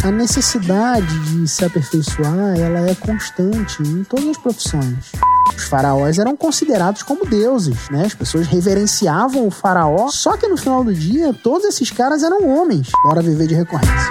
A necessidade de se aperfeiçoar, ela é constante em todas as profissões. Os faraós eram considerados como deuses, né? As pessoas reverenciavam o faraó, só que no final do dia, todos esses caras eram homens. Bora viver de recorrência.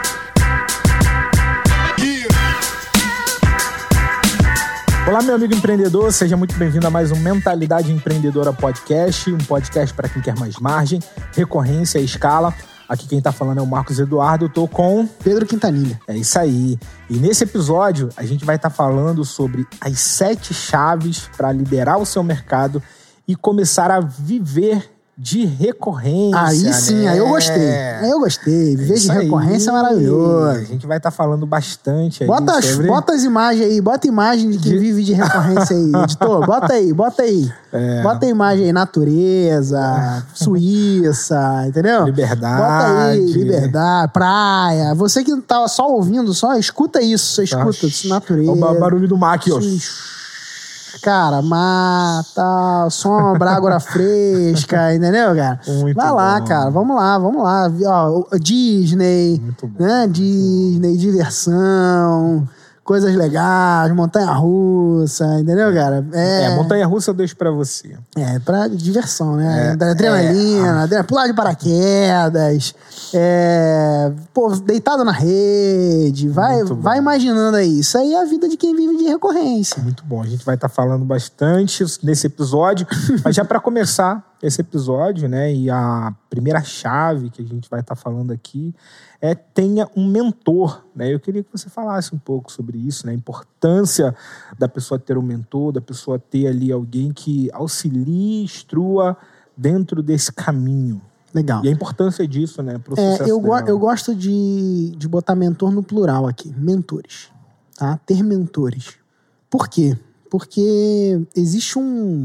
Olá, meu amigo empreendedor, seja muito bem-vindo a mais um Mentalidade Empreendedora Podcast, um podcast para quem quer mais margem, recorrência e escala. Aqui quem tá falando é o Marcos Eduardo, eu tô com Pedro Quintanilha. É isso aí. E nesse episódio a gente vai estar falando sobre as 7 chaves para liderar o seu mercado e começar a viver de recorrência. Aí sim, né? Aí eu gostei. Viver de recorrência é maravilhoso. A gente vai estar falando bastante aí sobre... Bota as imagens aí, bota a imagem de quem vive de recorrência aí, editor. Bota aí. Bota a imagem aí, natureza, Suíça, entendeu? Liberdade. Bota aí, liberdade, praia. Você que tá só ouvindo, só escuta isso, você escuta natureza. O barulho do mar aqui, ó. Cara, mata, sombra, água fresca, entendeu, cara? Muito Vai lá, bom. cara, vamos lá. Ó, Disney, né? Disney, diversão, coisas legais, montanha-russa, entendeu, cara? Montanha-russa eu deixo pra você. Pra diversão, né? Adrenalina, pular de paraquedas, deitado na rede, vai imaginando aí. Isso aí é a vida de quem vive de recorrência. Muito bom, a gente vai estar falando bastante nesse episódio, mas já para começar esse episódio, né, e a primeira chave que a gente vai estar falando aqui é tenha um mentor, né? Eu queria que você falasse um pouco sobre isso, né? A importância da pessoa ter um mentor, da pessoa ter ali alguém que auxilie, instrua dentro desse caminho. Legal. E a importância disso, né, pro sucesso dela. Eu gosto de botar mentor no plural aqui, mentores, tá? Ter mentores. Por quê? Porque existe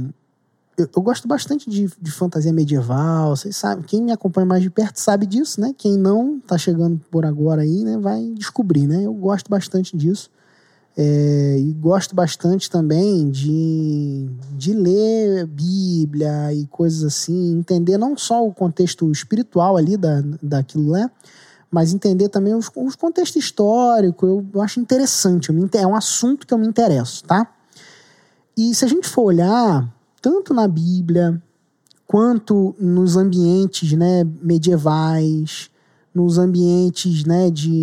Eu gosto bastante de fantasia medieval, vocês sabem, quem me acompanha mais de perto sabe disso, né? Quem não tá chegando por agora aí, né, vai descobrir, né? Eu gosto bastante disso. E gosto bastante também de ler Bíblia e coisas assim, entender não só o contexto espiritual ali daquilo, né? Mas entender também os contextos históricos. Eu acho interessante, é um assunto que eu me interesso, tá? E se a gente for olhar, tanto na Bíblia, quanto nos ambientes, né, medievais, nos ambientes, né,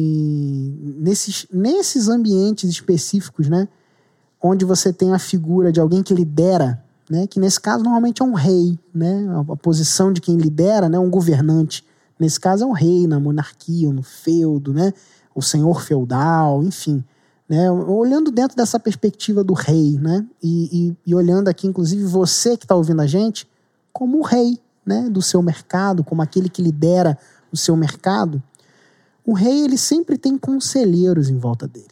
nesses ambientes específicos, né, onde você tem a figura de alguém que lidera, né, que nesse caso normalmente é um rei, né, a posição de quem lidera, né, um governante. Nesse caso é um rei, na monarquia, no feudo, né, o senhor feudal, enfim. Né, olhando dentro dessa perspectiva do rei, né, e olhando aqui, inclusive, você que está ouvindo a gente, como o rei, né, do seu mercado, como aquele que lidera o seu mercado, o rei, ele sempre tem conselheiros em volta dele.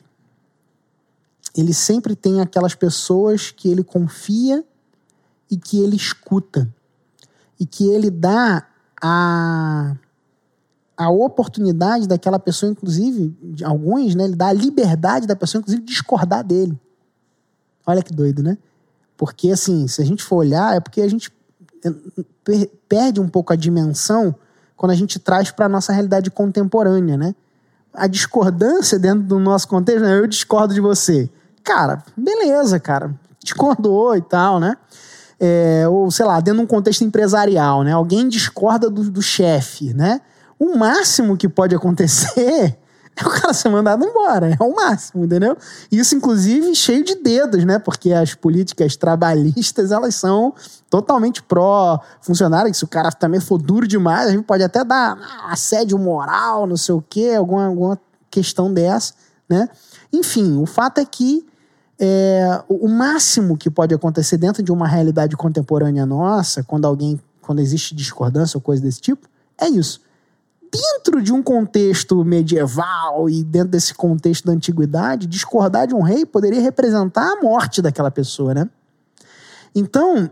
Ele sempre tem aquelas pessoas que ele confia e que ele escuta. E que ele dá a oportunidade daquela pessoa, inclusive, de alguns, né, ele dá a liberdade da pessoa, inclusive, discordar dele. Olha que doido, né? Porque, assim, se a gente for olhar, é porque a gente perde um pouco a dimensão quando a gente traz para a nossa realidade contemporânea, né? A discordância dentro do nosso contexto, né? Eu discordo de você. Cara, beleza, cara. Discordou e tal, né? Ou, sei lá, dentro de um contexto empresarial, né? Alguém discorda do chefe, né? O máximo que pode acontecer é o cara ser mandado embora. É o máximo, entendeu? Isso, inclusive, cheio de dedos, né? Porque as políticas trabalhistas, elas são totalmente pró-funcionário. Se o cara também for duro demais, a gente pode até dar assédio moral, não sei o quê, alguma questão dessa, né? Enfim, o fato é que o máximo que pode acontecer dentro de uma realidade contemporânea nossa, quando existe discordância ou coisa desse tipo, é isso. Dentro de um contexto medieval e dentro desse contexto da antiguidade, discordar de um rei poderia representar a morte daquela pessoa, né? Então,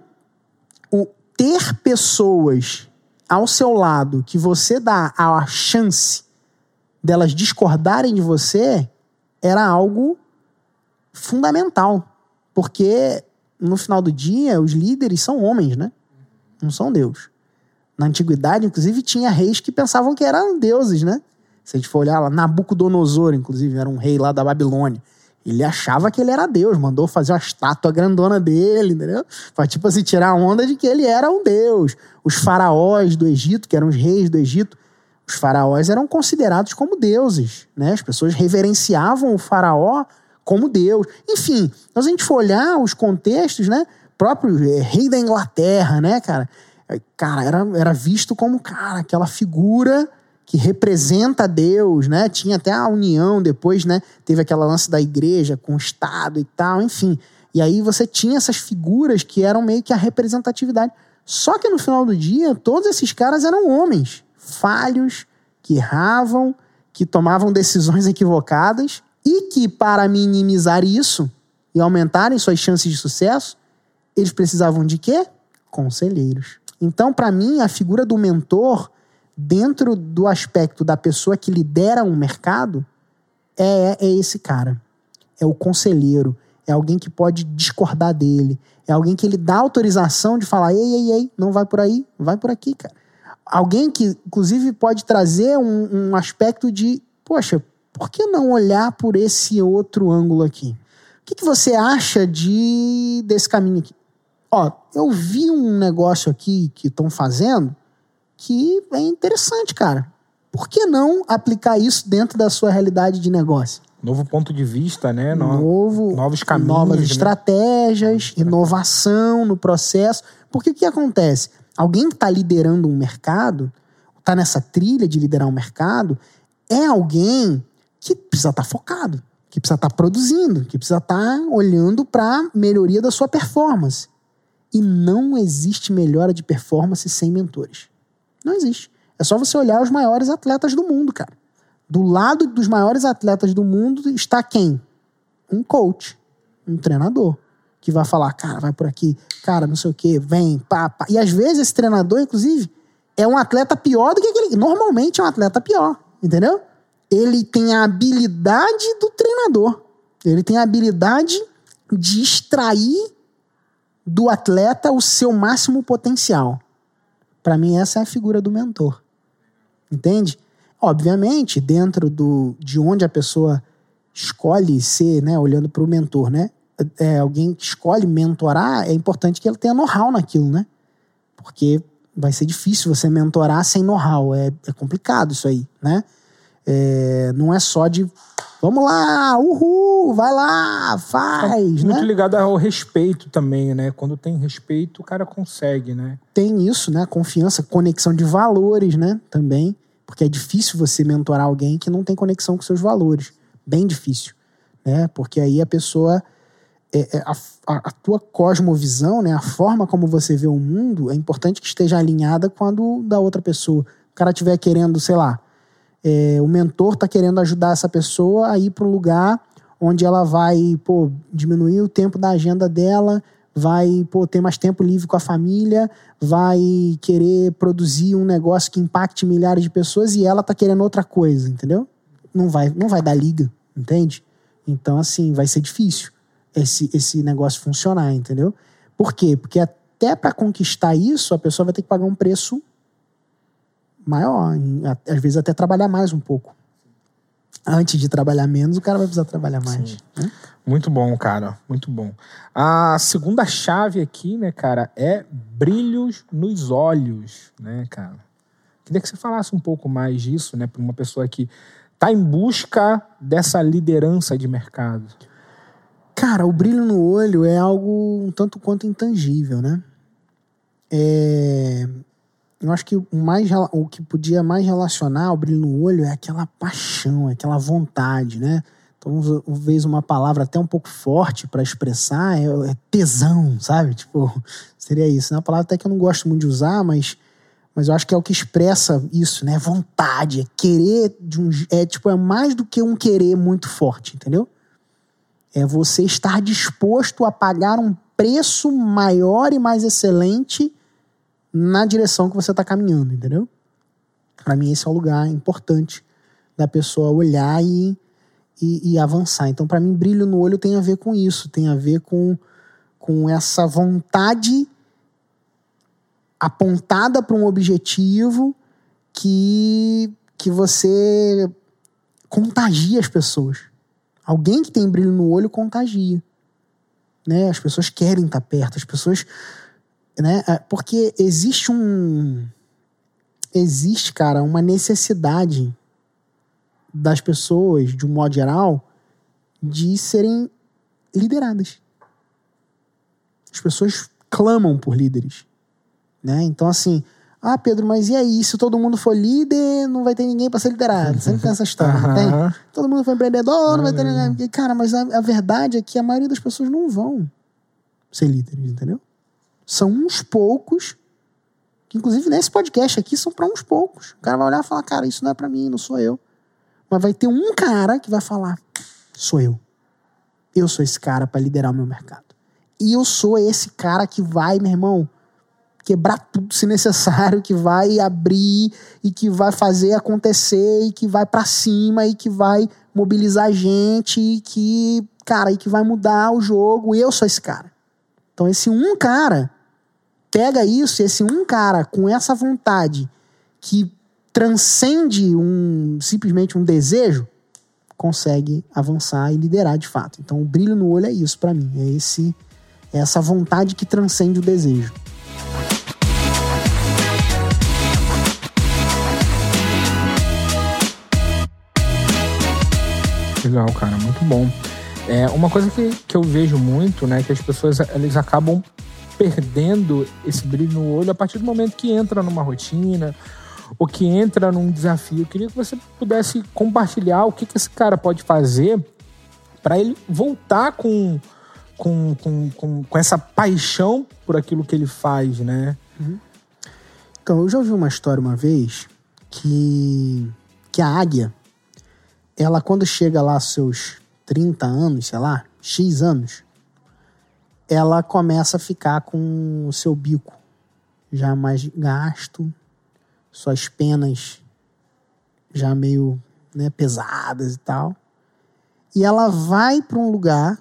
ter pessoas ao seu lado que você dá a chance delas discordarem de você era algo fundamental. Porque, no final do dia, os líderes são homens, né? Não são Deus. Na antiguidade, inclusive, tinha reis que pensavam que eram deuses, né? Se a gente for olhar lá, Nabucodonosor, inclusive, era um rei lá da Babilônia. Ele achava que ele era Deus, mandou fazer uma estátua grandona dele, entendeu? Pra, tipo assim, tirar a onda de que ele era um Deus. Os faraós do Egito, que eram os reis do Egito, os faraós eram considerados como deuses, né? As pessoas reverenciavam o faraó como Deus. Enfim, se a gente for olhar os contextos, né? O próprio rei da Inglaterra, né, cara? Cara, era visto como, cara, aquela figura que representa Deus, né? Tinha até a união depois, né? Teve aquela lance da igreja com o Estado e tal, enfim. E aí você tinha essas figuras que eram meio que a representatividade. Só que no final do dia, todos esses caras eram homens falhos, que erravam, que tomavam decisões equivocadas e que, para minimizar isso e aumentarem suas chances de sucesso, eles precisavam de quê? Conselheiros. Então, para mim, a figura do mentor, dentro do aspecto da pessoa que lidera um mercado, é esse cara. É o conselheiro. É alguém que pode discordar dele. É alguém que ele dá autorização de falar, ei, não vai por aí, vai por aqui, cara. Alguém que, inclusive, pode trazer um aspecto de, poxa, por que não olhar por esse outro ângulo aqui? O que você acha desse caminho aqui? Ó, eu vi um negócio aqui que estão fazendo que é interessante, cara. Por que não aplicar isso dentro da sua realidade de negócio? Novo ponto de vista, né? Novos caminhos. Novas estratégias, inovação no processo. Porque o que acontece? Alguém que está liderando um mercado, está nessa trilha de liderar um mercado, é alguém que precisa estar focado, que precisa estar produzindo, que precisa estar olhando para a melhoria da sua performance. E não existe melhora de performance sem mentores. Não existe. É só você olhar os maiores atletas do mundo, cara. Do lado dos maiores atletas do mundo está quem? Um coach, um treinador, que vai falar, cara, vai por aqui, cara, não sei o quê, vem, pá. E às vezes esse treinador, inclusive, é um atleta pior do que aquele. Normalmente é um atleta pior, entendeu? Ele tem a habilidade do treinador. Ele tem a habilidade de extrair do atleta o seu máximo potencial. Para mim, essa é a figura do mentor. Entende? Obviamente, dentro de onde a pessoa escolhe ser, né, olhando para o mentor, né? Alguém que escolhe mentorar, é importante que ele tenha know-how naquilo, né? Porque vai ser difícil você mentorar sem know-how. É complicado isso aí, né? Não é só de vamos lá, uhul, vai lá, faz, muito né? ligado ao respeito também, né? Quando tem respeito, o cara consegue, né? Tem isso, né? Confiança, conexão de valores, né? Também. Porque é difícil você mentorar alguém que não tem conexão com seus valores. Bem difícil, né? Porque aí a pessoa... a tua cosmovisão, né? A forma como você vê o mundo, é importante que esteja alinhada com a da outra pessoa. O cara estiver querendo, sei lá, o mentor está querendo ajudar essa pessoa a ir para um lugar onde ela vai, diminuir o tempo da agenda dela, vai, ter mais tempo livre com a família, vai querer produzir um negócio que impacte milhares de pessoas e ela está querendo outra coisa, entendeu? Não vai dar liga, entende? Então, assim, vai ser difícil esse negócio funcionar, entendeu? Por quê? Porque até para conquistar isso, a pessoa vai ter que pagar um preço maior, às vezes até trabalhar mais um pouco. Antes de trabalhar menos, o cara vai precisar trabalhar mais. Né? Muito bom, cara. Muito bom. A segunda chave aqui, né, cara, é brilhos nos olhos, né, cara? Queria que você falasse um pouco mais disso, né, para uma pessoa que está em busca dessa liderança de mercado. Cara, o brilho no olho é algo um tanto quanto intangível, né? Eu acho que o que podia mais relacionar o brilho no olho é aquela paixão, é aquela vontade, né? Então, talvez uma palavra até um pouco forte para expressar é tesão, sabe? Tipo, seria isso. É uma palavra até que eu não gosto muito de usar, mas eu acho que é o que expressa isso, né? Vontade, é querer é mais do que um querer muito forte, entendeu? É você estar disposto a pagar um preço maior e mais excelente na direção que você está caminhando, entendeu? Para mim esse é o lugar importante da pessoa olhar e avançar. Então, para mim, brilho no olho tem a ver com isso, tem a ver com essa vontade apontada para um objetivo que você contagia as pessoas. Alguém que tem brilho no olho contagia. Né? As pessoas querem estar perto, as pessoas... Né? Porque existe, cara, uma necessidade das pessoas, de um modo geral, de serem lideradas. As pessoas clamam por líderes. Né? Então, assim... Pedro, mas e aí? Se todo mundo for líder, não vai ter ninguém para ser liderado. Sempre tem essa história, não tem? Todo mundo for empreendedor, não vai ter ninguém. Cara, mas a verdade é que a maioria das pessoas não vão ser líderes, entendeu? São uns poucos, que inclusive nesse podcast aqui são para uns poucos. O cara vai olhar e falar, cara, isso não é para mim, não sou eu. Mas vai ter um cara que vai falar, sou eu. Eu sou esse cara para liderar o meu mercado. E eu sou esse cara que vai, meu irmão, quebrar tudo se necessário, que vai abrir e que vai fazer acontecer e que vai pra cima e que vai mobilizar gente e que, cara, e que vai mudar o jogo. Eu sou esse cara. Então esse um cara pega isso, e esse um cara com essa vontade que transcende simplesmente um desejo, consegue avançar e liderar de fato. Então o brilho no olho é isso pra mim, é essa vontade que transcende o desejo. Legal, cara, muito bom. Uma coisa que eu vejo muito, né, que as pessoas elas acabam perdendo esse brilho no olho a partir do momento que entra numa rotina ou que entra num desafio. Eu queria que você pudesse compartilhar o que esse cara pode fazer para ele voltar com essa paixão por aquilo que ele faz, né? Então, eu já ouvi uma história uma vez que a águia, ela quando chega lá aos seus 30 anos, sei lá, X anos, ela começa a ficar com o seu bico já mais gasto, suas penas já meio, né, pesadas e tal. E ela vai para um lugar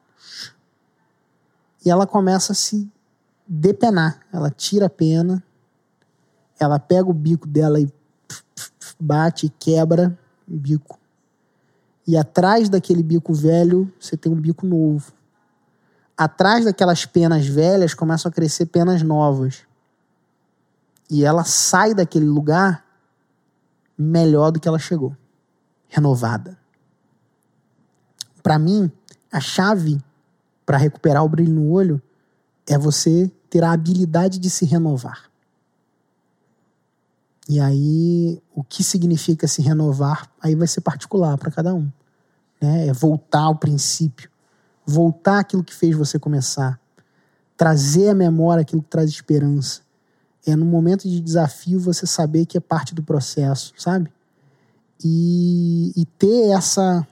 e ela começa a se depenar. Ela tira a pena, ela pega o bico dela e bate e quebra o bico. E atrás daquele bico velho, você tem um bico novo. Atrás daquelas penas velhas, começam a crescer penas novas. E ela sai daquele lugar melhor do que ela chegou. Renovada. Para mim, a chave para recuperar o brilho no olho é você ter a habilidade de se renovar. E aí, o que significa se renovar, aí vai ser particular para cada um. Né? É voltar ao princípio. Voltar àquilo que fez você começar. Trazer à memória aquilo que traz esperança. É no momento de desafio você saber que é parte do processo, sabe? E ter essa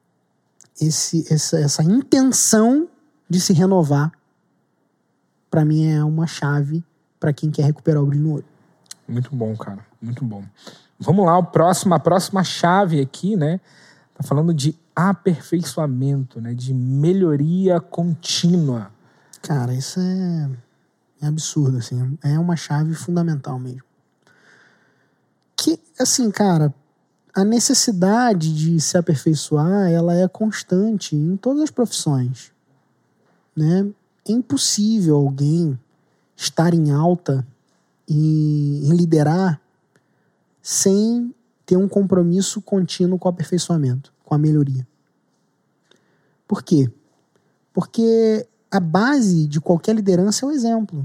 intenção de se renovar, para mim é uma chave para quem quer recuperar o brilho no olho. Muito bom, cara. Muito bom. Vamos lá, a próxima chave aqui, né? Tá falando de aperfeiçoamento, né? De melhoria contínua. Cara, isso é absurdo, assim. É uma chave fundamental mesmo. Que, assim, cara, a necessidade de se aperfeiçoar, ela é constante em todas as profissões, né? É impossível alguém estar em alta e liderar sem ter um compromisso contínuo com o aperfeiçoamento, com a melhoria. Por quê? Porque a base de qualquer liderança é o exemplo.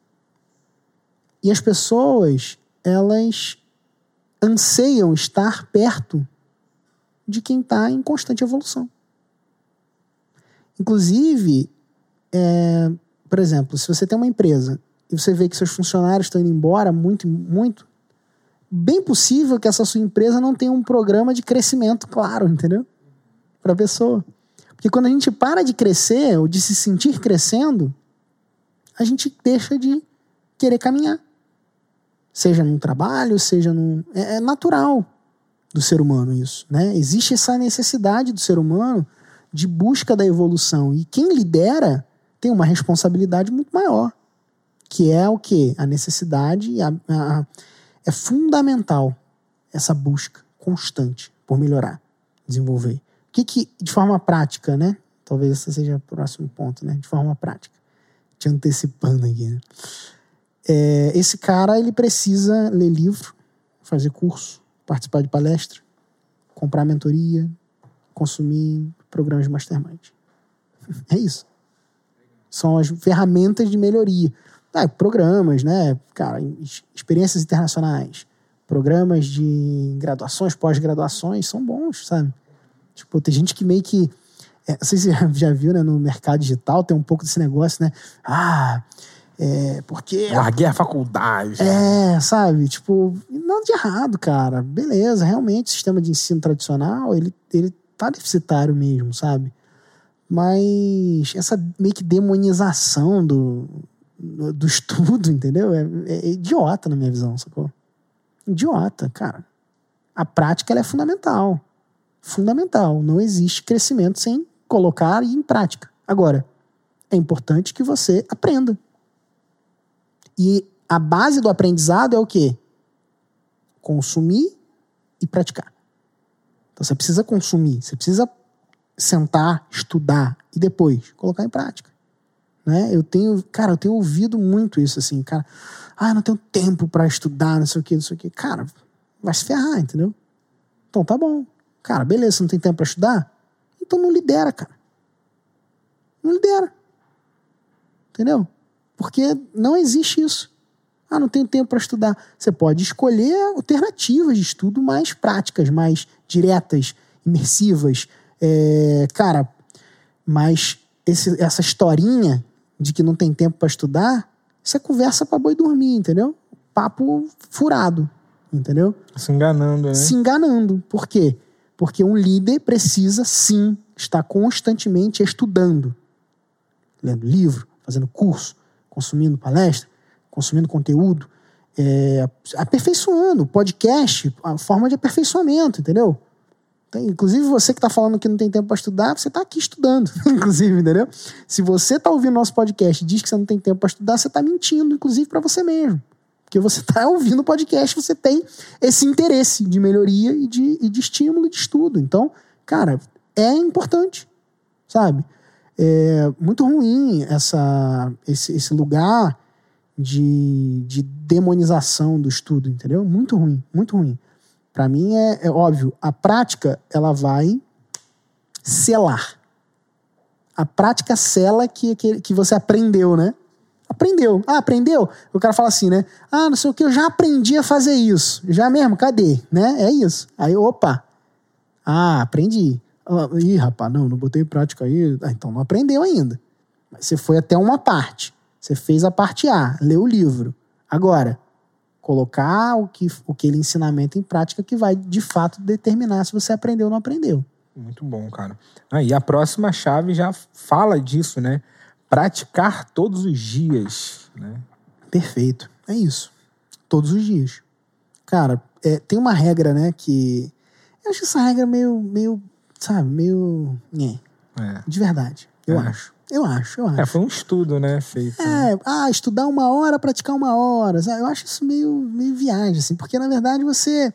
E as pessoas, elas anseiam estar perto de quem está em constante evolução. Inclusive, por exemplo, se você tem uma empresa e você vê que seus funcionários estão indo embora muito, muito, bem possível que essa sua empresa não tenha um programa de crescimento claro, entendeu? Para a pessoa. Porque quando a gente para de crescer ou de se sentir crescendo, a gente deixa de querer caminhar. Seja num trabalho, seja num... É natural do ser humano isso, né? Existe essa necessidade do ser humano de busca da evolução. E quem lidera tem uma responsabilidade muito maior. Que é o quê? A necessidade, é fundamental essa busca constante por melhorar. desenvolver. O que de forma prática, né? Talvez esse seja o próximo ponto, né? De forma prática. Te antecipando aqui, né? Esse cara, ele precisa ler livro, fazer curso, participar de palestra, comprar mentoria, consumir programas de mastermind. É isso. São as ferramentas de melhoria. Programas, né? Cara, experiências internacionais, programas de graduações, pós-graduações, são bons, sabe? Tipo, tem gente que meio que... não sei se você já viu, né? No mercado digital tem um pouco desse negócio, né? Porque... Larguei a faculdade. Sabe? Tipo, nada de errado, cara. Beleza, realmente o sistema de ensino tradicional, ele tá deficitário mesmo, sabe? Mas essa meio que demonização do estudo, entendeu? É idiota na minha visão, sacou? Idiota, cara. A prática, ela é fundamental. Fundamental. Não existe crescimento sem colocar em prática. Agora, é importante que você aprenda. E a base do aprendizado é o quê? Consumir e praticar. Então você precisa consumir, você precisa sentar, estudar e depois colocar em prática. Né? Eu tenho ouvido muito isso assim, cara, não tenho tempo pra estudar, não sei o que. Cara, vai se ferrar, entendeu? Então tá bom. Cara, beleza, você não tem tempo pra estudar? Então não lidera, cara. Não lidera. Entendeu? Porque não existe isso. Não tenho tempo para estudar. Você pode escolher alternativas de estudo mais práticas, mais diretas, imersivas. Mas essa historinha de que não tem tempo para estudar, isso é conversa para boi dormir, entendeu? Papo furado, entendeu? Se enganando, né? Se enganando. Por quê? Porque um líder precisa, sim, estar constantemente estudando. Lendo livro, fazendo curso, consumindo palestra, consumindo conteúdo, aperfeiçoando, podcast, a forma de aperfeiçoamento, entendeu? Então, inclusive, você que está falando que não tem tempo para estudar, você está aqui estudando, inclusive, entendeu? Se você está ouvindo nosso podcast e diz que você não tem tempo para estudar, você está mentindo, inclusive, para você mesmo. Porque você está ouvindo o podcast, você tem esse interesse de melhoria e de estímulo de estudo. Então, cara, é importante, sabe? É muito ruim esse lugar de demonização do estudo, entendeu? Muito ruim, muito ruim. Para mim é óbvio, a prática ela vai selar. A prática sela que você aprendeu, né? Aprendeu. Aprendeu? O cara fala assim, né? Não sei o que, eu já aprendi a fazer isso. Já mesmo? Cadê? Né? É isso. Aí, opa. Aprendi. Ih, rapaz, não botei em prática aí. Então não aprendeu ainda. Você foi até uma parte. Você fez a parte A, leu o livro. Agora, colocar aquele ensinamento em prática que vai, de fato, determinar se você aprendeu ou não aprendeu. Muito bom, cara. E a próxima chave já fala disso, né? Praticar todos os dias, né? Perfeito. É isso. Todos os dias. Cara, tem uma regra, né, que... Eu acho essa regra meio sabe, meio... De verdade. Eu acho. Foi um estudo, né, feito. Estudar 1 hora, praticar 1 hora. Sabe? Eu acho isso meio viagem, assim, porque, na verdade, você,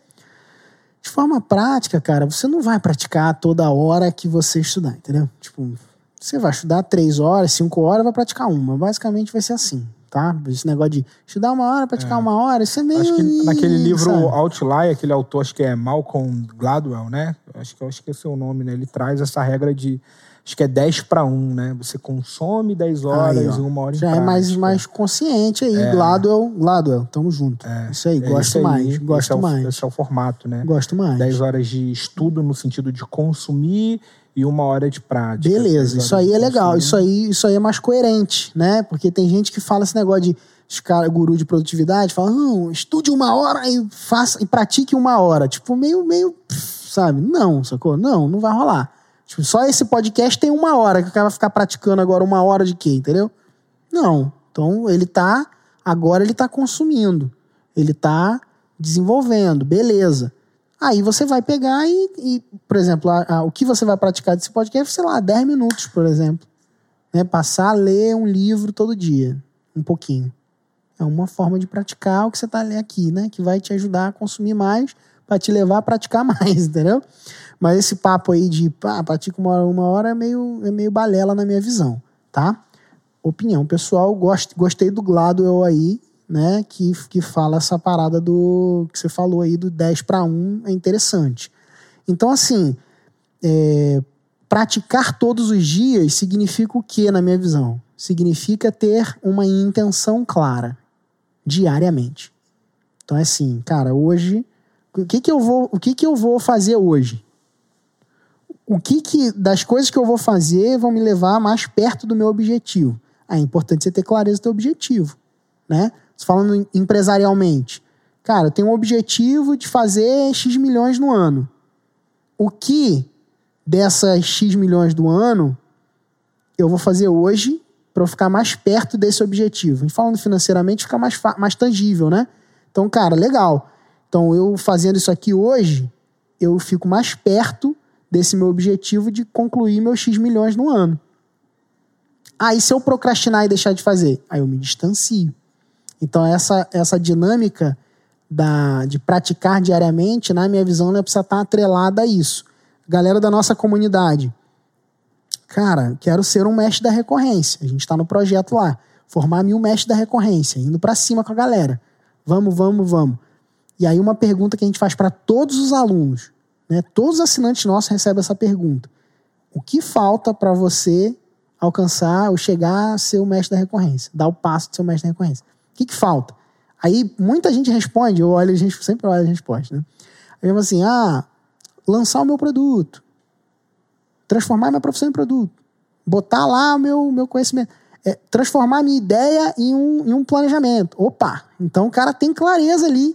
de forma prática, cara, você não vai praticar toda hora que você estudar, entendeu? Tipo, você vai estudar 3 horas, 5 horas, vai praticar 1. Basicamente vai ser assim, tá? Esse negócio de estudar 1 hora, praticar 1 hora, isso é meio... Acho que naquele livro Outlier, aquele autor, acho que é Malcolm Gladwell, né? Acho que eu esqueci o nome, né? Ele traz essa regra de... Acho que é 10-1, né? Você consome 10 horas e 1 hora em já prática. É mais consciente aí. Gladwell, tamo junto. Isso aí, gosto mais. Esse é o formato, né? Gosto mais. 10 horas de estudo no sentido de consumir e 1 hora de prática. Beleza, isso aí é legal. Isso aí é mais coerente, né? Porque tem gente que fala esse negócio de guru de produtividade, fala, não, estude 1 hora e pratique 1 hora. Tipo, meio, sabe? Não, sacou? Não vai rolar. Tipo, só esse podcast tem 1 hora, que o cara vai ficar praticando agora 1 hora de quê, entendeu? Não. Então, agora ele tá consumindo. Ele tá desenvolvendo, beleza. Aí você vai pegar e por exemplo, o que você vai praticar desse podcast, sei lá, 10 minutos, por exemplo. Né? Passar a ler um livro todo dia, um pouquinho. É uma forma de praticar o que você tá lendo aqui, né? Que vai te ajudar a consumir mais, para te levar a praticar mais, entendeu? Mas esse papo aí de pratica uma hora é meio balela na minha visão, tá? Opinião pessoal, gostei do Gladwell aí, né? Que fala essa parada que você falou aí do 10-1, é interessante. Então, assim, praticar todos os dias significa o quê, na minha visão? Significa ter uma intenção clara, diariamente. Então é assim, cara, hoje, o que eu vou fazer hoje? O que das coisas que eu vou fazer vão me levar mais perto do meu objetivo? É importante você ter clareza do teu objetivo, né? Falando empresarialmente, cara, eu tenho um objetivo de fazer X milhões no ano. O que dessas X milhões do ano eu vou fazer hoje para eu ficar mais perto desse objetivo? E falando financeiramente, fica mais tangível, né? Então, cara, legal. Então, eu fazendo isso aqui hoje, eu fico mais perto desse meu objetivo de concluir meus X milhões no ano. Aí, se eu procrastinar e deixar de fazer, aí eu me distancio. Então, essa dinâmica de praticar diariamente, na minha visão, ela precisa estar atrelada a isso. Galera da nossa comunidade, cara, quero ser um mestre da recorrência. A gente está no projeto lá, formar 1000 mestres da recorrência, indo para cima com a galera. Vamos. E aí uma pergunta que a gente faz para todos os alunos, né? Todos os assinantes nossos recebem essa pergunta. O que falta para você alcançar ou chegar a ser o mestre da recorrência? Dar o passo de ser o mestre da recorrência. O que falta? Aí muita gente responde, sempre olho as respostas, né? Aí eu falo assim, lançar o meu produto, transformar minha profissão em produto, botar lá o meu conhecimento, transformar a minha ideia em um planejamento. Opa, então o cara tem clareza ali.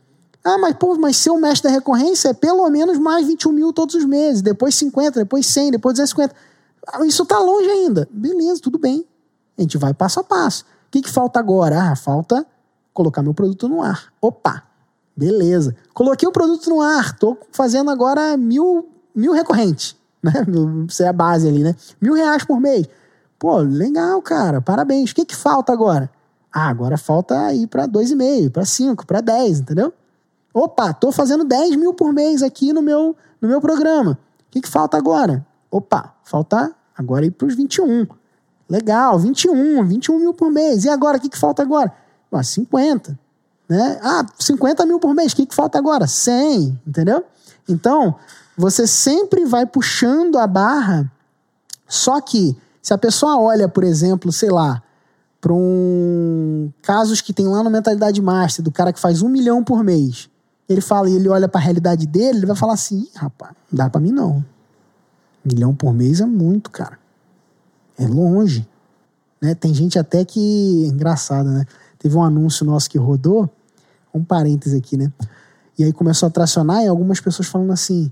Mas ser o mestre da recorrência é pelo menos mais 21 mil todos os meses, depois 50, depois 100, depois 250. Isso tá longe ainda. Beleza, tudo bem. A gente vai passo a passo. O que falta agora? Falta colocar meu produto no ar. Opa, beleza. Coloquei o produto no ar, tô fazendo agora 1000 recorrentes, né? Isso é a base ali, né? R$1.000 por mês. Pô, legal, cara, parabéns. O que falta agora? Agora falta ir para 2,5, para 5, para 10, entendeu? Opa, tô fazendo 10 mil por mês aqui no meu programa. O que falta agora? Opa, falta agora ir para os 21. Legal, 21 mil por mês. E agora, o que falta agora? 50, né? 50 mil por mês. O que falta agora? 100, entendeu? Então, você sempre vai puxando a barra, só que se a pessoa olha, por exemplo, sei lá, para casos que tem lá no Mentalidade Master, do cara que faz 1 milhão por mês, ele olha para a realidade dele, ele vai falar assim, rapaz, não dá para mim não. 1 milhão por mês é muito, cara. É longe. Né? Tem gente até que... Engraçado, né? Teve um anúncio nosso que rodou, um parêntese aqui, né? E aí começou a tracionar e algumas pessoas falando assim,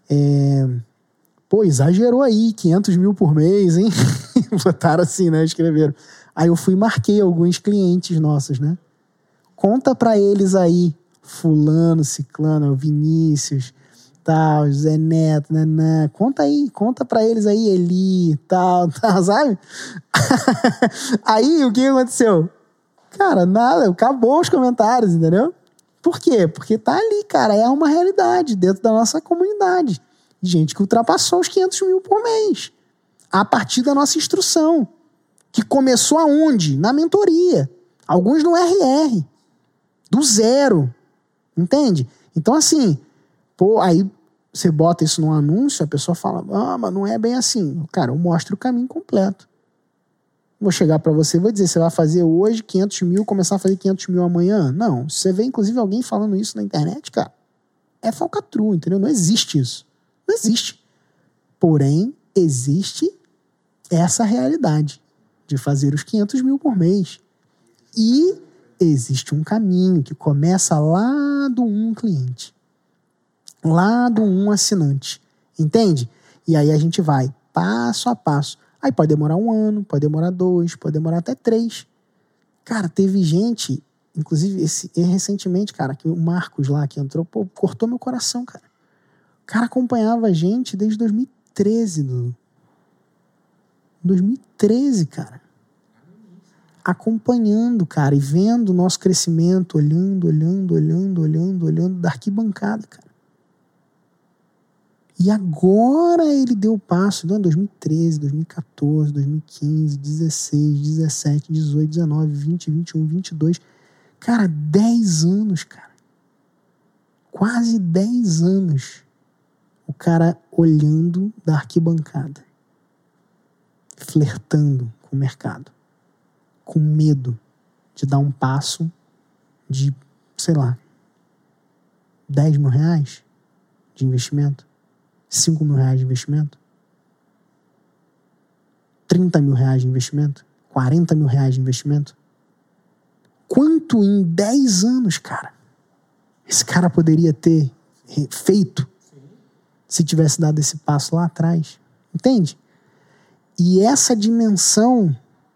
exagerou aí, 500 mil por mês, hein? Botaram assim, né? Escreveram. Aí eu fui e marquei alguns clientes nossos, né? Conta pra eles aí, fulano, ciclano, Vinícius, tal, Zé Neto, né? Conta pra eles aí, Eli, tal, sabe? Aí, o que aconteceu? Cara, nada, acabou os comentários, entendeu? Por quê? Porque tá ali, cara, é uma realidade dentro da nossa comunidade. Gente que ultrapassou os 500 mil por mês. A partir da nossa instrução. Que começou aonde? Na mentoria. Alguns no RR. Do zero. Entende? Então, assim, aí você bota isso num anúncio, a pessoa fala, mas não é bem assim. Cara, eu mostro o caminho completo. Vou chegar pra você e vou dizer, você vai fazer hoje 500 mil, começar a fazer 500 mil amanhã? Não. Se você vê, inclusive, alguém falando isso na internet, cara, é falcatrua, entendeu? Não existe isso. Não existe. Porém, existe essa realidade de fazer os 500 mil por mês. E existe um caminho que começa lá do 1 cliente. Lá do 1 assinante. Entende? E aí a gente vai passo a passo. Aí pode demorar 1 ano, pode demorar 2, pode demorar até 3. Cara, teve gente, inclusive recentemente, cara, que o Marcos lá que entrou, cortou meu coração, cara. O cara acompanhava a gente desde 2013, 2013, cara. Acompanhando, cara, e vendo o nosso crescimento, olhando da arquibancada, cara. E agora ele deu o passo, em 2013, 2014, 2015, 16, 17, 18, 19, 20, 21, 22. Cara, 10 anos, cara. Quase 10 anos. O cara olhando da arquibancada. Flertando com o mercado. Com medo de dar um passo de, sei lá, 10 mil reais de investimento. 5 mil reais de investimento? 30 mil reais de investimento? 40 mil reais de investimento? Quanto em 10 anos, cara, esse cara poderia ter feito se tivesse dado esse passo lá atrás? Entende? E essa dimensão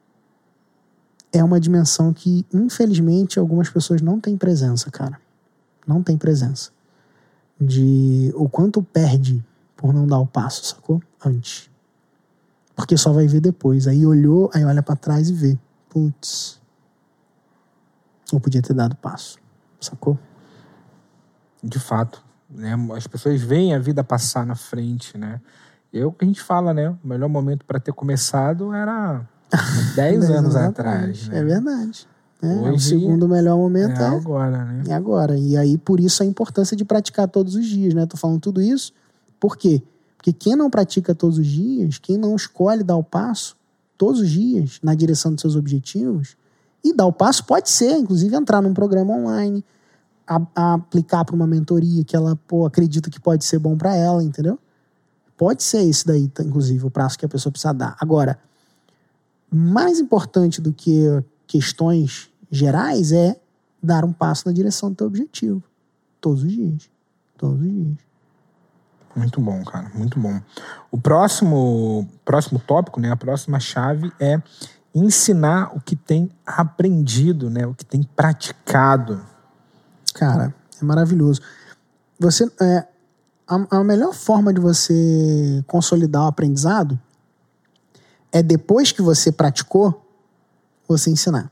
é uma dimensão que, infelizmente, algumas pessoas não têm presença, cara. Não tem presença. De o quanto perde por não dar o passo, sacou? Antes. Porque só vai ver depois. Aí olhou, aí olha pra trás e vê. Putz. Eu podia ter dado o passo. Sacou? De fato. Né? As pessoas veem a vida passar na frente, né? E é o que a gente fala, né? O melhor momento para ter começado era 10 anos atrás. Né? É verdade. Hoje, o segundo melhor momento é agora, né? É agora. E aí, por isso, a importância de praticar todos os dias, né? Tô falando tudo isso. Por quê? Porque quem não pratica todos os dias, quem não escolhe dar o passo todos os dias na direção dos seus objetivos, e dar o passo pode ser, inclusive, entrar num programa online, aplicar para uma mentoria que ela acredita que pode ser bom para ela, entendeu? Pode ser esse daí, inclusive, o passo que a pessoa precisa dar. Agora, mais importante do que questões gerais é dar um passo na direção do teu objetivo. Todos os dias. Todos os dias. Muito bom, cara. Muito bom. O próximo tópico, né? A próxima chave é ensinar o que tem aprendido, né? O que tem praticado. Cara, é maravilhoso. A melhor forma de você consolidar o aprendizado é depois que você praticou, você ensinar.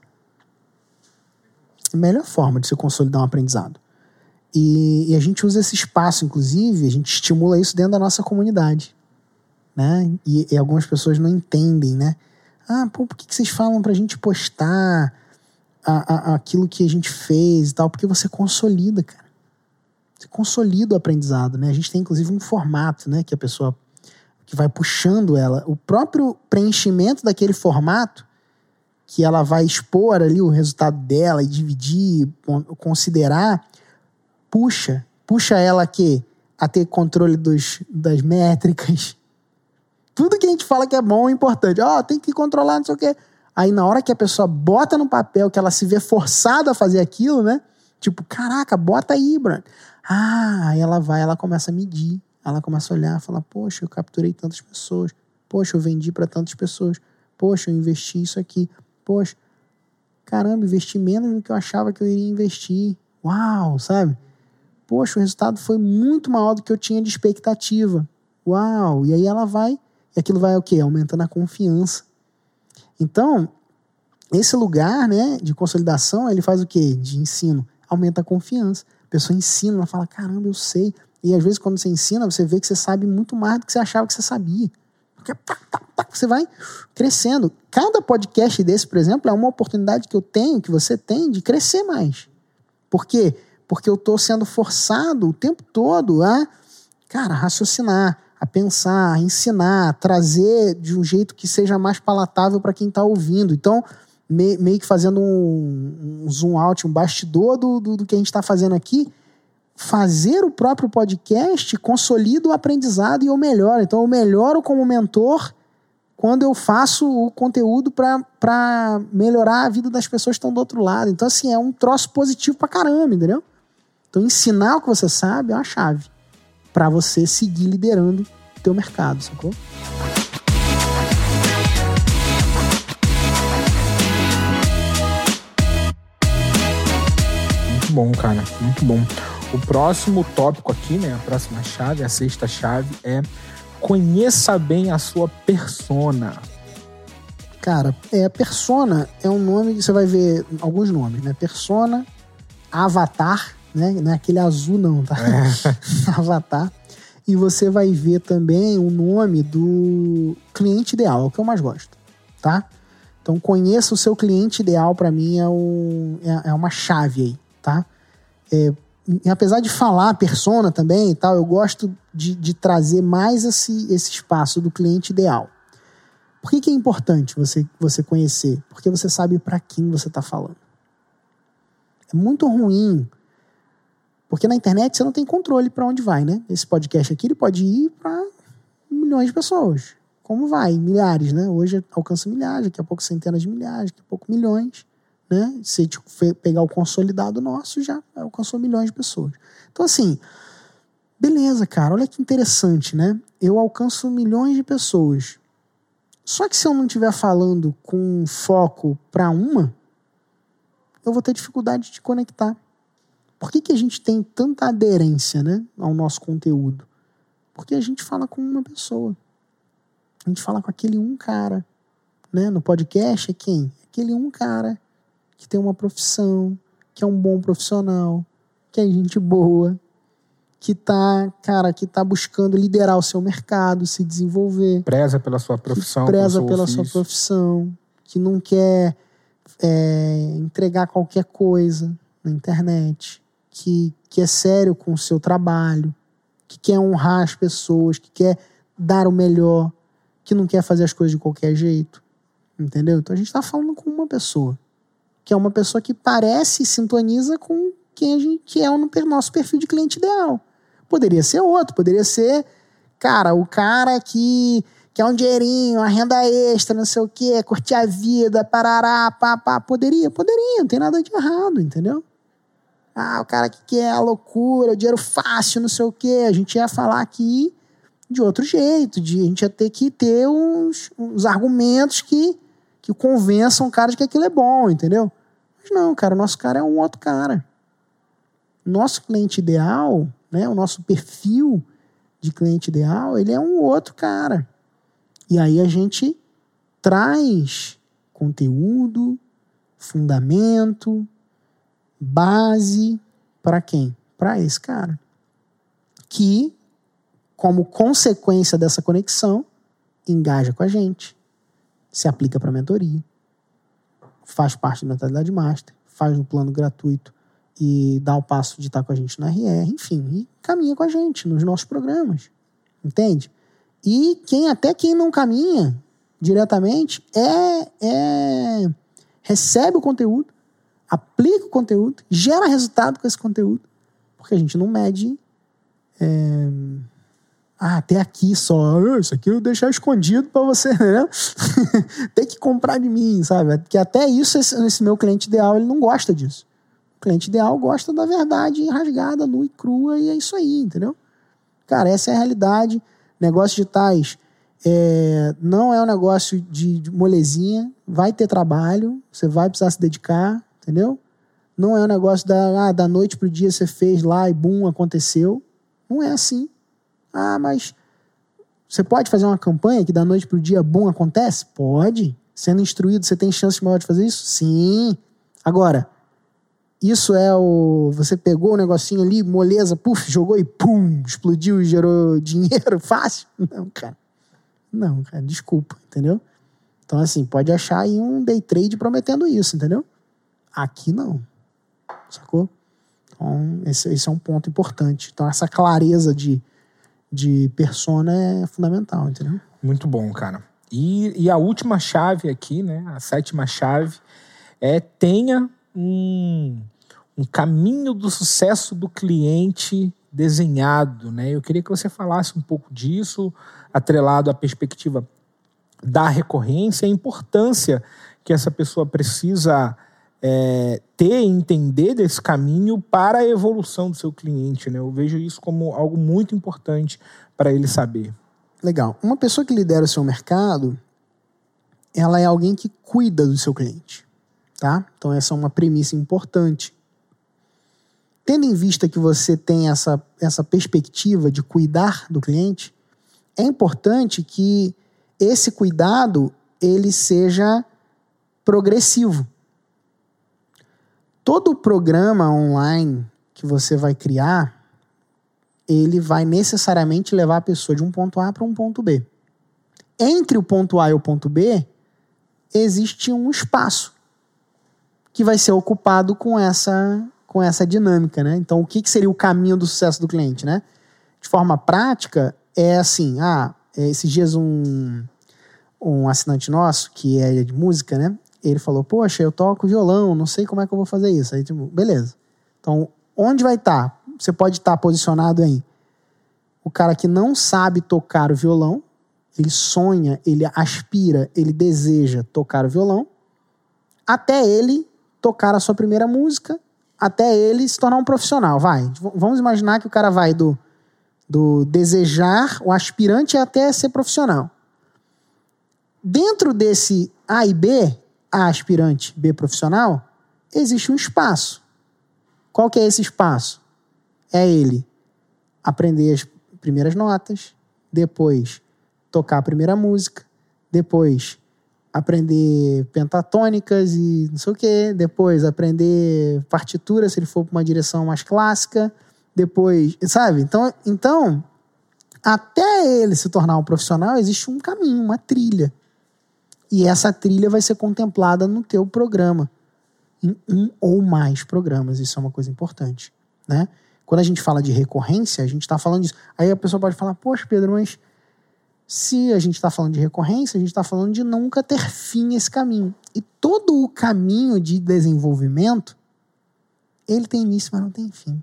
A melhor forma de você consolidar um aprendizado. E a gente usa esse espaço, inclusive, a gente estimula isso dentro da nossa comunidade. Né? E algumas pessoas não entendem, né? Por que vocês falam pra gente postar aquilo que a gente fez e tal? Porque você consolida, cara. Você consolida o aprendizado, né? A gente tem, inclusive, um formato, né? Que a pessoa que vai puxando ela. O próprio preenchimento daquele formato que ela vai expor ali o resultado dela e dividir, considerar, puxa ela a ter controle das métricas. Tudo que a gente fala que é bom é importante. Tem que controlar, não sei o quê. Aí na hora que a pessoa bota no papel, que ela se vê forçada a fazer aquilo, né? Tipo, caraca, bota aí, Bruno. Aí ela começa a medir. Ela começa a olhar, falar, poxa, eu capturei tantas pessoas. Poxa, eu vendi para tantas pessoas. Poxa, eu investi isso aqui. Poxa, caramba, investi menos do que eu achava que eu iria investir. Uau, sabe? Poxa, o resultado foi muito maior do que eu tinha de expectativa. Uau! E aí ela vai, e aquilo vai o quê? Aumentando a confiança. Então, esse lugar, né, de consolidação, ele faz o quê? De ensino. Aumenta a confiança. A pessoa ensina, ela fala, caramba, eu sei. E às vezes quando você ensina, você vê que você sabe muito mais do que você achava que você sabia. Porque você vai crescendo. Cada podcast desse, por exemplo, é uma oportunidade que eu tenho, que você tem, de crescer mais. Por quê? Porque eu estou sendo forçado o tempo todo a, raciocinar, a pensar, a ensinar, a trazer de um jeito que seja mais palatável para quem está ouvindo. Então, meio que fazendo um zoom out, um bastidor do que a gente está fazendo aqui, fazer o próprio podcast consolida o aprendizado e eu melhoro. Então, eu melhoro como mentor quando eu faço o conteúdo para melhorar a vida das pessoas que estão do outro lado. Então, assim, é um troço positivo pra caramba, entendeu? Então, ensinar o que você sabe é uma chave para você seguir liderando o teu mercado, sacou? Muito bom, cara. Muito bom. O próximo tópico aqui, né? A próxima chave, a sexta chave é conheça bem a sua persona. Cara, persona é um nome, você vai ver alguns nomes, né? Persona, avatar, né? Não é aquele azul não, tá? Avatar. e você vai ver também o nome do cliente ideal, é o que eu mais gosto, tá? Então, conheça o seu cliente ideal, para mim, é uma chave aí, tá? E apesar de falar persona também e tal, eu gosto de trazer mais esse espaço do cliente ideal. Por que é importante você conhecer? Porque você sabe para quem você está falando. É muito ruim, porque na internet você não tem controle para onde vai, né? Esse podcast aqui ele pode ir para milhões de pessoas. Como vai? Milhares, né? Hoje alcança milhares, daqui a pouco centenas de milhares, daqui a pouco milhões, né? Se pegar o consolidado nosso, já alcançou milhões de pessoas. Então, assim, beleza, cara, olha que interessante, né? Eu alcanço milhões de pessoas. Só que se eu não estiver falando com foco para uma, eu vou ter dificuldade de conectar. Por que a gente tem tanta aderência, né, ao nosso conteúdo? Porque a gente fala com uma pessoa. A gente fala com aquele um cara. Né? No podcast é quem? Aquele um cara que tem uma profissão, que é um bom profissional, que é gente boa, que tá buscando liderar o seu mercado, se desenvolver. Preza pela sua profissão. Preza pela sua profissão, que não quer entregar qualquer coisa na internet, que é sério com o seu trabalho, que quer honrar as pessoas, que quer dar o melhor, que não quer fazer as coisas de qualquer jeito. Entendeu? Então a gente está falando com uma pessoa, que é uma pessoa que parece e sintoniza com quem a gente é o nosso perfil de cliente ideal. Poderia ser outro, poderia ser, cara, o cara que quer um dinheirinho, uma renda extra, não sei o quê, curtir a vida, parará, pá. Poderia, não tem nada de errado, entendeu? O cara que quer a loucura, o dinheiro fácil, não sei o quê. A gente ia falar aqui de outro jeito, a gente ia ter que ter uns argumentos que convençam o cara de que aquilo é bom, entendeu? Mas não, cara, o nosso cara é um outro cara. Nosso cliente ideal, né, o nosso perfil de cliente ideal, ele é um outro cara. E aí a gente traz conteúdo, fundamento, base para quem? Para esse cara. Que, como consequência dessa conexão, engaja com a gente, se aplica para a mentoria, faz parte da mentalidade master, faz no plano gratuito e dá o passo de estar com a gente na RR, enfim, e caminha com a gente nos nossos programas, entende? E quem não caminha diretamente recebe o conteúdo, aplica o conteúdo, gera resultado com esse conteúdo, porque a gente não mede até aqui só, isso aqui eu vou deixar escondido para você, né? Tem que comprar de mim, sabe? Porque até isso, esse meu cliente ideal, ele não gosta disso. O cliente ideal gosta da verdade rasgada, nua e crua, e é isso aí, entendeu? Cara, essa é a realidade. Negócio de tais não é um negócio de molezinha, vai ter trabalho, você vai precisar se dedicar, entendeu? Não é um negócio da noite pro dia você fez lá e bum, aconteceu. Não é assim. Mas você pode fazer uma campanha que da noite pro dia, bum, acontece? Pode. Sendo instruído, você tem chance maior de fazer isso? Sim. Agora, isso você pegou o negocinho ali, moleza, puf, jogou e pum, explodiu e gerou dinheiro fácil? Não, cara, desculpa, entendeu? Então, assim, pode achar aí um day trade prometendo isso, entendeu? Aqui não, sacou? Então, esse é um ponto importante. Então, essa clareza de persona é fundamental, entendeu? Muito bom, cara. E a última chave aqui, né, a 7ª chave, tenha um caminho do sucesso do cliente desenhado, né? Eu queria que você falasse um pouco disso, atrelado à perspectiva da recorrência, a importância que essa pessoa precisa ter e entender desse caminho para a evolução do seu cliente, né? Eu vejo isso como algo muito importante para ele saber. Legal. Uma pessoa que lidera o seu mercado, ela é alguém que cuida do seu cliente, tá? Então essa é uma premissa importante. Tendo em vista que você tem essa perspectiva de cuidar do cliente, é importante que esse cuidado ele seja progressivo. Todo programa online que você vai criar, ele vai necessariamente levar a pessoa de um ponto A para um ponto B. Entre o ponto A e o ponto B, existe um espaço que vai ser ocupado com essa dinâmica, né? Então, o que seria o caminho do sucesso do cliente, né? De forma prática, é assim, esses dias um assinante nosso, que é de música, né? Ele falou, poxa, eu toco violão, não sei como é que eu vou fazer isso. Aí, tipo, beleza. Então, onde vai estar? Você pode estar posicionado em o cara que não sabe tocar o violão, ele sonha, ele aspira, ele deseja tocar o violão, até ele tocar a sua primeira música, até ele se tornar um profissional. Vamos imaginar que o cara vai do desejar, o aspirante, até ser profissional. Dentro desse A e B, A aspirante, B profissional, existe um espaço. Qual que é esse espaço? É ele aprender as primeiras notas, depois tocar a primeira música, depois aprender pentatônicas e não sei o quê, depois aprender partitura, se ele for para uma direção mais clássica, depois, sabe? Então, até ele se tornar um profissional, existe um caminho, uma trilha. E essa trilha vai ser contemplada no teu programa, em um ou mais programas. Isso é uma coisa importante, né? Quando a gente fala de recorrência, a gente está falando disso. Aí a pessoa pode falar, poxa, Pedro, mas se a gente está falando de recorrência, a gente está falando de nunca ter fim esse caminho. E todo o caminho de desenvolvimento, ele tem início, mas não tem fim.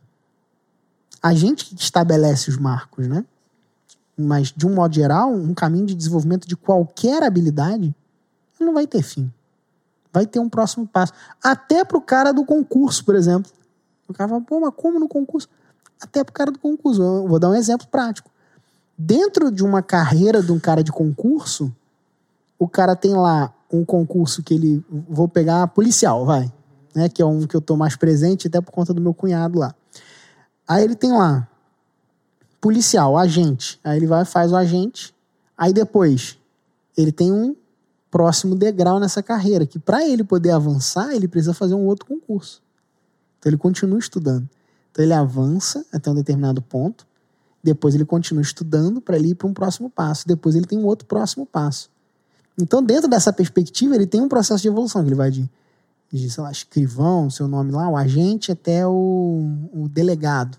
A gente que estabelece os marcos, né? Mas, de um modo geral, um caminho de desenvolvimento de qualquer habilidade, ele não vai ter fim. Vai ter um próximo passo. Até para o cara do concurso, por exemplo. O cara fala, pô, mas como no concurso? Até para o cara do concurso. Eu vou dar um exemplo prático. Dentro de uma carreira de um cara de concurso, o cara tem lá um concurso que ele... Vou pegar policial, né? Que é um que eu estou mais presente, até por conta do meu cunhado lá. Aí ele tem lá policial, agente. Aí ele vai e faz o agente. Aí depois ele tem um próximo degrau nessa carreira, que para ele poder avançar, ele precisa fazer um outro concurso. Então ele continua estudando. Então ele avança até um determinado ponto, depois ele continua estudando para ele ir para um próximo passo, depois ele tem um outro próximo passo. Então, dentro dessa perspectiva, ele tem um processo de evolução, que ele vai de sei lá, escrivão, seu nome lá, o agente, até o delegado.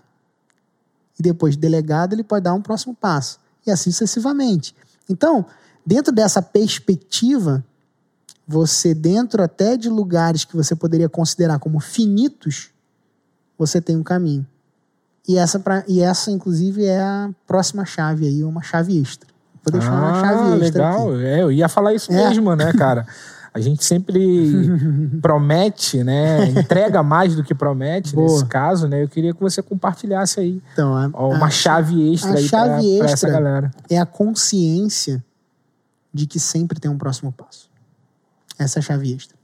E depois de delegado, ele pode dar um próximo passo. E assim sucessivamente. Então, dentro dessa perspectiva, você, dentro até de lugares que você poderia considerar como finitos, você tem um caminho. E essa, inclusive, é a próxima chave aí, uma chave extra. Vou deixar uma chave extra legal. aqui. Eu ia falar isso mesmo, né, cara? A gente sempre promete, né? Entrega mais do que promete. Boa. Nesse caso, né? Eu queria que você compartilhasse aí então, uma chave extra aí para essa galera. É a consciência de que sempre tem um próximo passo. Essa é a chave extra.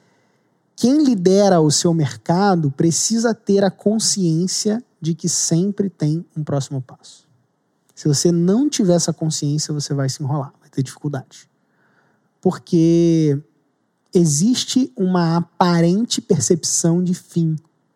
Quem lidera o seu mercado precisa ter a consciência de que sempre tem um próximo passo. Se você não tiver essa consciência, você vai se enrolar, vai ter dificuldade. Porque existe uma aparente percepção de fim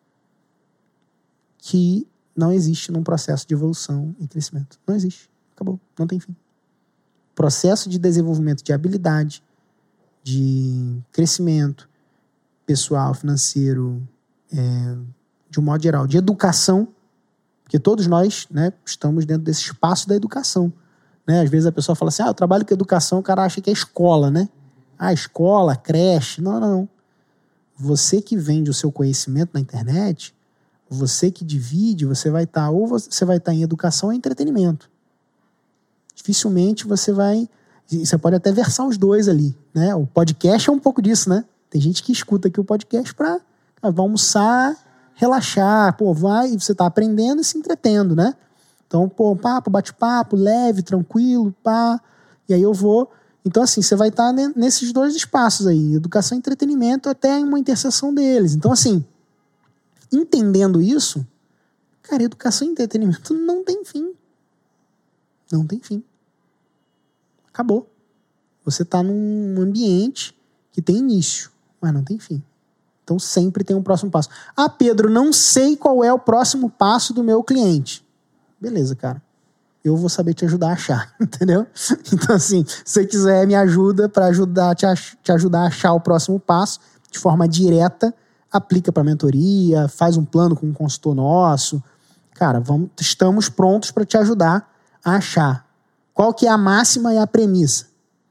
que não existe num processo de evolução e crescimento. Não existe. Acabou. Não tem fim. Processo de desenvolvimento de habilidade, de crescimento pessoal, financeiro, de um modo geral, de educação, porque todos nós, né, estamos dentro desse espaço da educação. Né? Às vezes a pessoa fala assim, eu trabalho com educação, o cara acha que é escola, né? Escola, creche. Não. Você que vende o seu conhecimento na internet, você que divide, você vai estar, ou você vai estar em educação ou em entretenimento. Dificilmente você pode até versar os dois ali, né? O podcast é um pouco disso, né? Tem gente que escuta aqui o podcast para almoçar, relaxar, vai, você está aprendendo e se entretendo, né? Então, bate-papo, leve, tranquilo, e aí eu vou. Então, assim, você vai estar nesses dois espaços aí, educação e entretenimento, até em uma interseção deles. Então, assim, entendendo isso, cara, educação e entretenimento não tem fim. Não tem fim. Acabou. Você está num ambiente que tem início, mas não tem fim. Então, sempre tem um próximo passo. Pedro, não sei qual é o próximo passo do meu cliente. beleza, cara. Eu vou saber te ajudar a achar, entendeu? Então, assim, se você quiser me ajuda para te ajudar a achar o próximo passo de forma direta, aplica para mentoria, faz um plano com um consultor nosso. Cara, estamos prontos para te ajudar a achar. Qual que é a máxima e a premissa?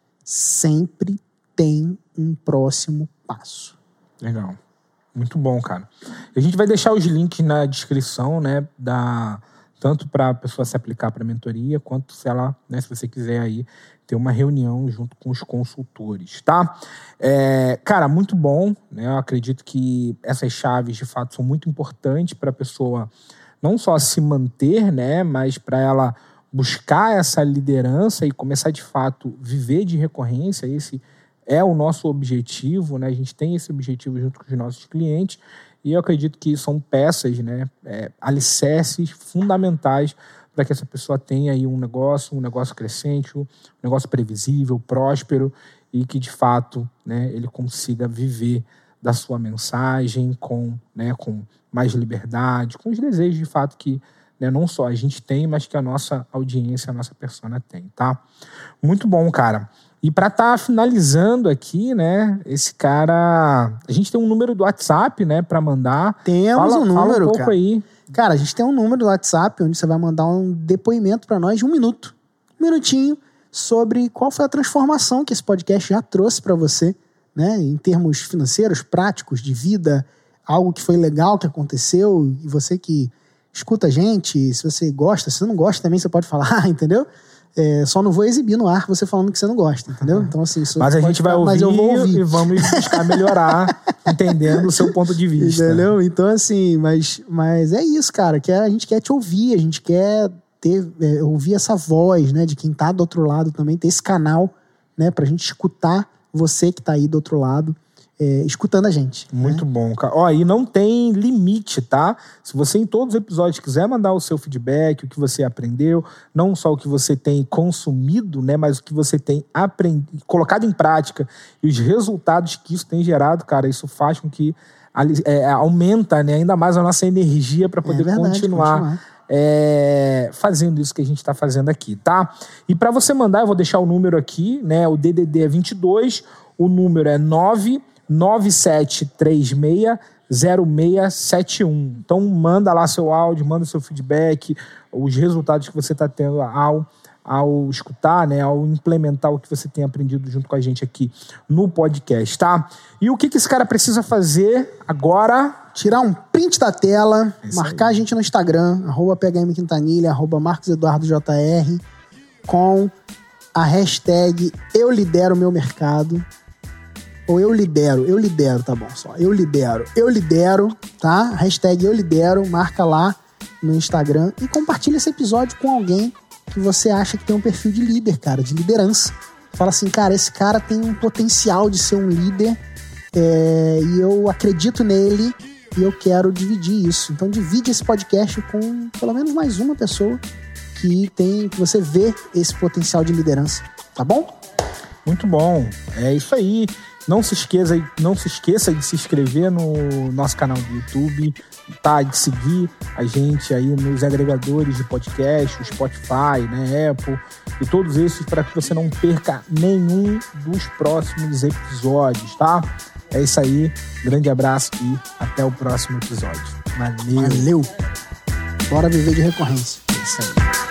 Sempre tem um próximo passo. Legal. Muito bom, cara. A gente vai deixar os links na descrição, né, tanto para a pessoa se aplicar para a mentoria, quanto se ela, né, se você quiser aí ter uma reunião junto com os consultores, tá? Cara, muito bom, né? Eu acredito que essas chaves, de fato, são muito importantes para a pessoa não só se manter, né, mas para ela buscar essa liderança e começar, de fato, viver de recorrência. Esse é o nosso objetivo, né? A gente tem esse objetivo junto com os nossos clientes e eu acredito que são peças, né, alicerces fundamentais para que essa pessoa tenha aí um negócio crescente, um negócio previsível, próspero e que, de fato, né, ele consiga viver da sua mensagem com mais liberdade, com os desejos, de fato, que, né, não só a gente tem, mas que a nossa audiência, a nossa persona tem, tá? Muito bom, cara. E para estar finalizando aqui, né, esse cara... A gente tem um número do WhatsApp, né, para mandar. Temos um número, fala um pouco, cara. Aí. Cara, a gente tem um número do WhatsApp onde você vai mandar um depoimento para nós de 1 minuto. 1 minutinho sobre qual foi a transformação que esse podcast já trouxe para você, né, em termos financeiros, práticos, de vida, algo que foi legal que aconteceu, e você que escuta a gente, se você gosta, se você não gosta também, você pode falar, entendeu? Só não vou exibir no ar você falando que você não gosta, entendeu? Então, assim, isso mas a gente vai ouvir, mas eu vou ouvir e vamos buscar melhorar, entendendo o seu ponto de vista. Entendeu? Então, assim, mas é isso, cara. A gente quer te ouvir, a gente quer ouvir essa voz, né, de quem tá do outro lado também, ter esse canal, né, pra gente escutar você que tá aí do outro lado, escutando a gente. Muito bom, cara. Ó, e não tem limite, tá? Se você em todos os episódios quiser mandar o seu feedback, o que você aprendeu, não só o que você tem consumido, né, mas o que você tem colocado em prática e os resultados que isso tem gerado, cara, isso faz com que aumenta, né, ainda mais a nossa energia para poder continuar fazendo isso que a gente está fazendo aqui, tá? E para você mandar, eu vou deixar o número aqui, né? O DDD é 22, o número é 997360671. Então manda lá seu áudio, manda seu feedback, os resultados que você está tendo ao escutar, né, ao implementar o que você tem aprendido junto com a gente aqui no podcast, tá? E o que esse cara precisa fazer agora? Tirar um print da tela, marcar a gente no Instagram, @PHMQuintanilha, @MarcosEduardoJR, com a hashtag Eu Lidero Meu Mercado. Ou eu lidero, tá bom só. Eu lidero, tá? Hashtag Eu Lidero, marca lá no Instagram e compartilha esse episódio com alguém que você acha que tem um perfil de líder, cara, de liderança. Fala assim, cara, esse cara tem um potencial de ser um líder e eu acredito nele e eu quero dividir isso. Então divide esse podcast com pelo menos mais uma pessoa que você vê esse potencial de liderança, tá bom? Muito bom, é isso aí. Não se esqueça de se inscrever no nosso canal do YouTube, tá? De seguir a gente aí nos agregadores de podcast, o Spotify, né, Apple e todos esses, para que você não perca nenhum dos próximos episódios, tá? É isso aí, grande abraço e até o próximo episódio. Valeu! Bora viver de recorrência. É isso aí.